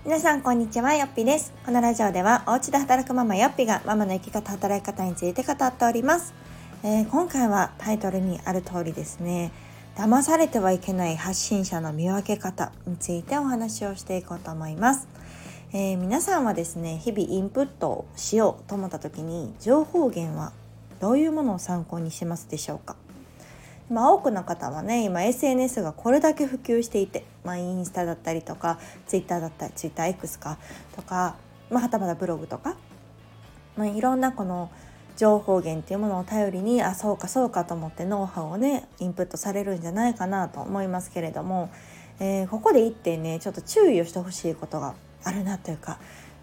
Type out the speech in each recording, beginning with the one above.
皆さんこんにちは、よっぴです。このラジオではお家で働くママよっぴがママの生き方、働き方について語っております。今回はタイトルにある通りですね、騙されてはいけない発信者の見分け方についてお話をしていこうと思います。皆さんはですね、日々インプットをしようと思った時に情報源はどういうものを参考にしますでしょうか。多くの方はね、今 SNS がこれだけ普及していて、インスタだったりとかツイッターだったり、ツイッター X かとか、はたまたブログとか、いろんなこの情報源っていうものを頼りに、そうかそうかと思ってノウハウをねインプットされるんじゃないかなと思いますけれども、ここで一点ね、ちょっと注意をしてほしいことがあるなというか、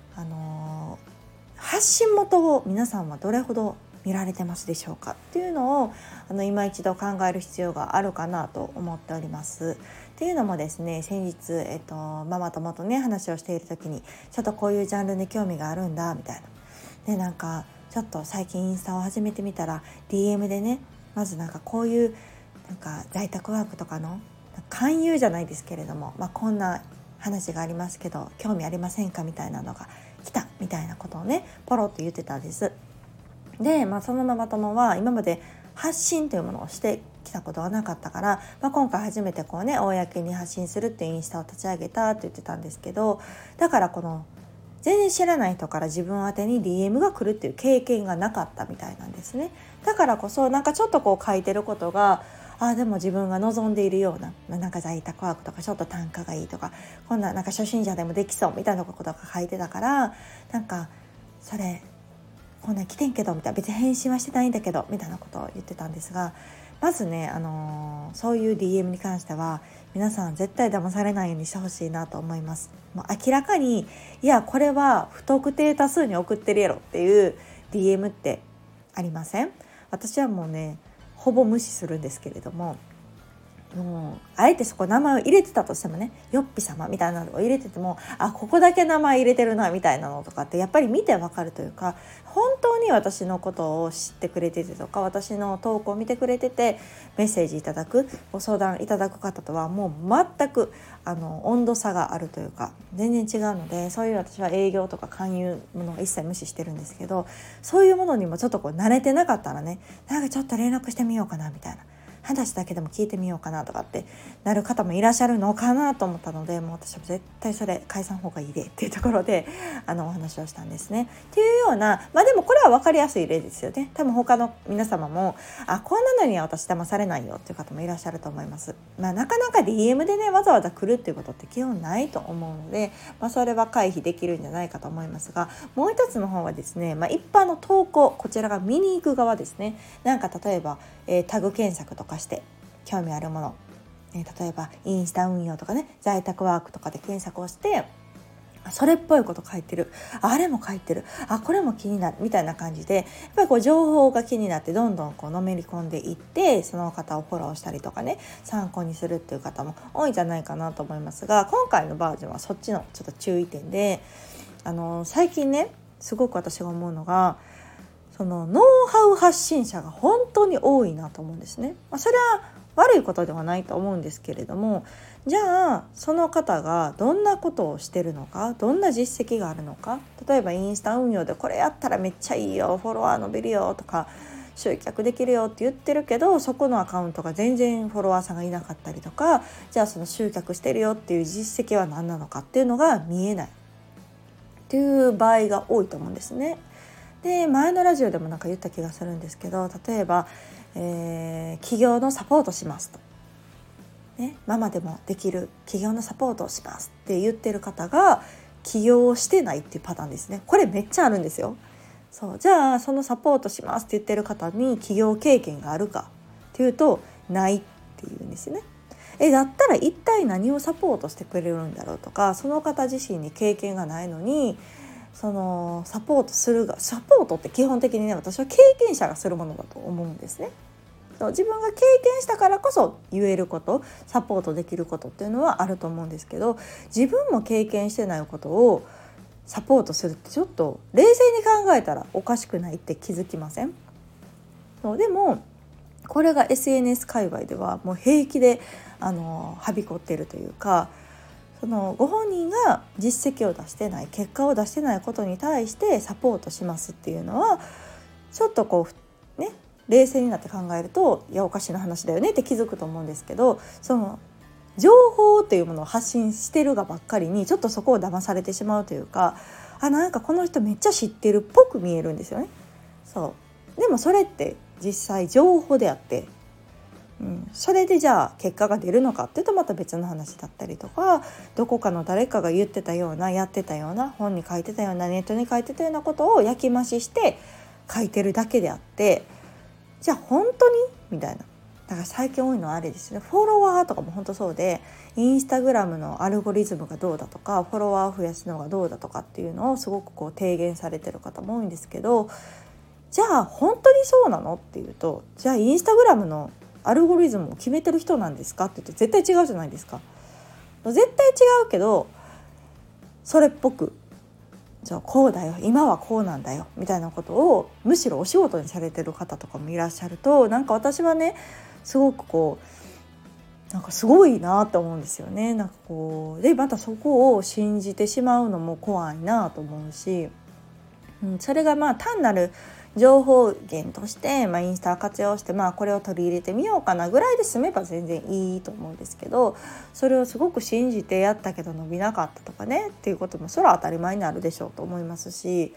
発信元を皆さんはどれほど見られてますでしょうかっていうのを今一度考える必要があるかなと思っております。っていうのもですね、先日、ママ友とね話をしている時に、ちょっとこういうジャンルに興味があるんだみたいなで、ちょっと最近インスタを始めてみたら DM でね、まずこういう在宅ワークとかの勧誘じゃないですけれども、こんな話がありますけど興味ありませんかみたいなのが来たみたいなことをねポロッと言ってたんです。で、そのママ友は今まで発信というものをしてきたことはなかったから、今回初めてこうね公に発信するっていうインスタを立ち上げたって言ってたんですけど、だからこの全然知らない人から自分宛てに DM が来るっていう経験がなかったみたいなんですね。だからこそちょっとこう書いてることが、でも自分が望んでいるような、在宅ワークとかちょっと単価がいいとか、こんな初心者でもできそうみたいなことが書いてたから、それこんなん来てんけどみたいな、別に返信はしてないんだけどみたいなことを言ってたんですが、まずね、そういう DM に関しては皆さん絶対騙されないようにしてほしいなと思います。もう明らかに、いやこれは不特定多数に送ってるやろっていう DM ってありません？私はもうねほぼ無視するんですけれども、あえてそこ名前を入れてたとしてもね、よっぴ様みたいなのを入れてても、ここだけ名前入れてるなみたいなのとかってやっぱり見てわかるというか、本当に私のことを知ってくれててとか、私の投稿を見てくれててメッセージいただく、ご相談いただく方とはもう全く温度差があるというか、全然違うので、そういう私は営業とか勧誘ものを一切無視してるんですけど、そういうものにもちょっとこう慣れてなかったらね、ちょっと連絡してみようかなみたいな、話だけでも聞いてみようかなとかってなる方もいらっしゃるのかなと思ったので、もう私は絶対それ解散方がいいでっていうところでお話をしたんですね。っていうような、でもこれは分かりやすい例ですよね。多分他の皆様もこんなのには私騙されないよっていう方もいらっしゃると思います。なかなか DM でねわざわざ来るっていうことって基本ないと思うので、それは回避できるんじゃないかと思いますが、もう一つの方はですね、一般の投稿、こちらが見に行く側ですね。例えば、タグ検索とかして興味あるもの、例えばインスタ運用とかね、在宅ワークとかで検索をして、それっぽいこと書いてる、あれも書いてる、これも気になるみたいな感じで、やっぱりこう情報が気になってどんどんこうのめり込んでいって、その方をフォローしたりとかね、参考にするっていう方も多いんじゃないかなと思いますが、今回のバージョンはそっちのちょっと注意点で、最近ねすごく私が思うのが、そのノウハウ発信者が本当に多いなと思うんですね。それは悪いことではないと思うんですけれども、じゃあその方がどんなことをしてるのか、どんな実績があるのか、例えばインスタ運用でこれやったらめっちゃいいよ、フォロワー伸びるよとか集客できるよって言ってるけど、そこのアカウントが全然フォロワーさんがいなかったりとか、じゃあその集客してるよっていう実績は何なのかっていうのが見えないっていう場合が多いと思うんですね。で、前のラジオでも言った気がするんですけど、例えば、企業のサポートしますと、ママでもできる企業のサポートをしますって言ってる方が起業をしてないっていうパターンですね。これめっちゃあるんですよ。じゃあそのサポートしますって言ってる方に起業経験があるかっていうとないっていうんですね。だったら一体何をサポートしてくれるんだろうとか、その方自身に経験がないのにそのサポートするが、サポートって基本的にね、私は経験者がするものだと思うんですね。自分が経験したからこそ言えること、サポートできることっていうのはあると思うんですけど、自分も経験してないことをサポートするってちょっと冷静に考えたらおかしくないって気づきません？でもこれが SNS 界隈ではもう平気ではびこっているというか、 そのご本人が実績を出してない、結果を出してないことに対してサポートしますっていうのはちょっとこうね、冷静になって考えるといやおかしな話だよねって気づくと思うんですけど、その情報っていうものを発信してるがばっかりにちょっとそこを騙されてしまうというか、なんかこの人めっちゃ知ってるっぽく見えるんですよね。そうでもそれって実際情報であって、それでじゃあ結果が出るのかっていうとまた別の話だったりとか、どこかの誰かが言ってたような、やってたような、本に書いてたような、ネットに書いてたようなことを焼き増しして書いてるだけであって、じゃあ本当にみたいな。だから最近多いのはあれですね、フォロワーとかも本当そうで、インスタグラムのアルゴリズムがどうだとか、フォロワーを増やすのがどうだとかっていうのをすごくこう提言されてる方も多いんですけど、じゃあ本当にそうなのっていうと、じゃあインスタグラムのアルゴリズムを決めてる人なんですかって言うと絶対違うじゃないですか。絶対違うけどそれっぽく、じゃあこうだよ、今はこうなんだよみたいなことをむしろお仕事にされてる方とかもいらっしゃると、なんか私はねすごくこうなんかすごいなと思うんですよね。なんかこうでまたそこを信じてしまうのも怖いなと思うし、それが単なる情報源として、インスタを活用して、これを取り入れてみようかなぐらいで済めば全然いいと思うんですけど、それをすごく信じてやったけど伸びなかったとかねっていうこともそれは当たり前になるでしょうと思いますし、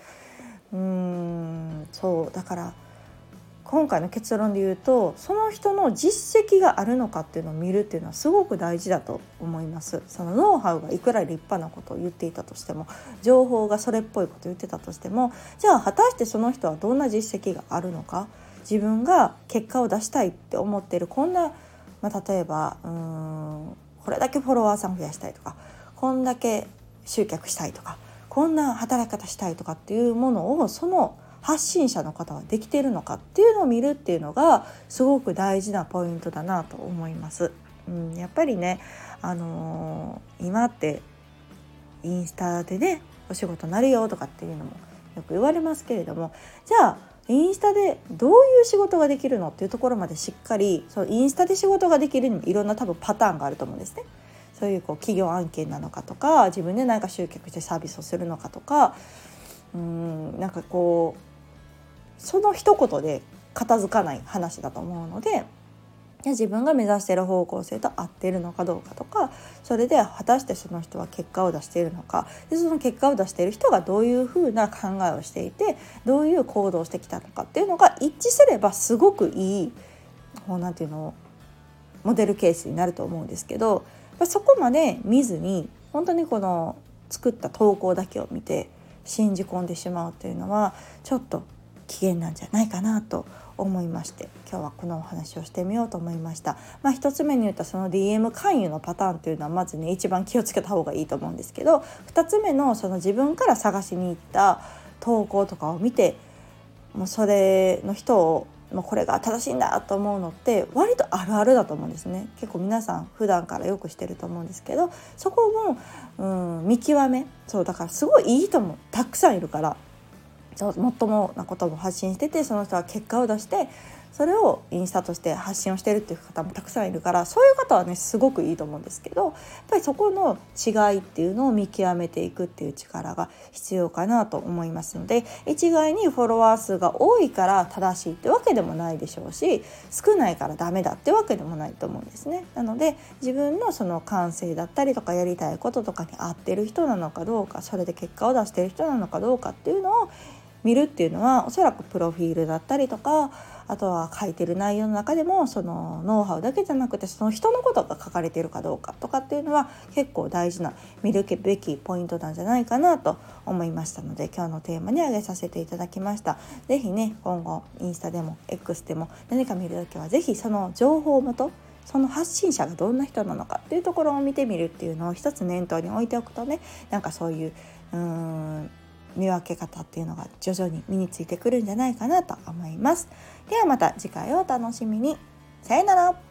そうだから今回の結論で言うと、その人の実績があるのかっていうのを見るっていうのはすごく大事だと思います。そのノウハウがいくら立派なことを言っていたとしても、情報がそれっぽいことを言ってたとしても、じゃあ果たしてその人はどんな実績があるのか、自分が結果を出したいって思っているこんな、例えばこれだけフォロワーさん増やしたいとか、こんだけ集客したいとか、こんな働き方したいとかっていうものをその発信者の方はできているのかっていうのを見るっていうのがすごく大事なポイントだなと思います。やっぱりね、今ってインスタでねお仕事なるよとかっていうのもよく言われますけれども、じゃあインスタでどういう仕事ができるのっていうところまでしっかり、そのインスタで仕事ができるにもいろんな多分パターンがあると思うんですね。そういう企業案件なのかとか、自分で何か集客してサービスをするのかとか、なんかこうその一言で片付かない話だと思うので、自分が目指している方向性と合っているのかどうかとか、それで果たしてその人は結果を出しているのか、でその結果を出している人がどういうふうな考えをしていて、どういう行動をしてきたのかっていうのが一致すればすごくいいなんていうのモデルケースになると思うんですけど、そこまで見ずに本当にこの作った投稿だけを見て信じ込んでしまうというのはちょっと危険なんじゃないかなと思いまして、今日はこのお話をしてみようと思いました。一つ目に言ったその DM 勧誘のパターンというのはまずね一番気をつけた方がいいと思うんですけど、2つ目のその自分から探しに行った投稿とかを見て、もうそれの人をこれが正しいんだと思うのって割とあるあるだと思うんですね。結構皆さん普段からよくしてると思うんですけど、そこも、見極め、そうだからすごいいい人もたくさんいるから、もっともなことも発信してて、その人は結果を出してそれをインスタとして発信をしているっていう方もたくさんいるから、そういう方はねすごくいいと思うんですけど、やっぱりそこの違いっていうのを見極めていくっていう力が必要かなと思いますので、一概にフォロワー数が多いから正しいってわけでもないでしょうし、少ないからダメだってわけでもないと思うんですね。なので自分のその感性だったりとかやりたいこととかに合ってる人なのかどうか、それで結果を出してる人なのかどうかっていうのを見るっていうのは、おそらくプロフィールだったりとか、あとは書いてる内容の中でもそのノウハウだけじゃなくてその人のことが書かれているかどうかとかっていうのは結構大事な見るべきポイントなんじゃないかなと思いましたので、今日のテーマに挙げさせていただきました。ぜひね今後インスタでも X でも何か見るときはぜひその情報元、その発信者がどんな人なのかっていうところを見てみるっていうのを一つ念頭に置いておくとね、なんかそういう見分け方っていうのが徐々に身についてくるんじゃないかなと思います。ではまた次回をお楽しみに。さよなら。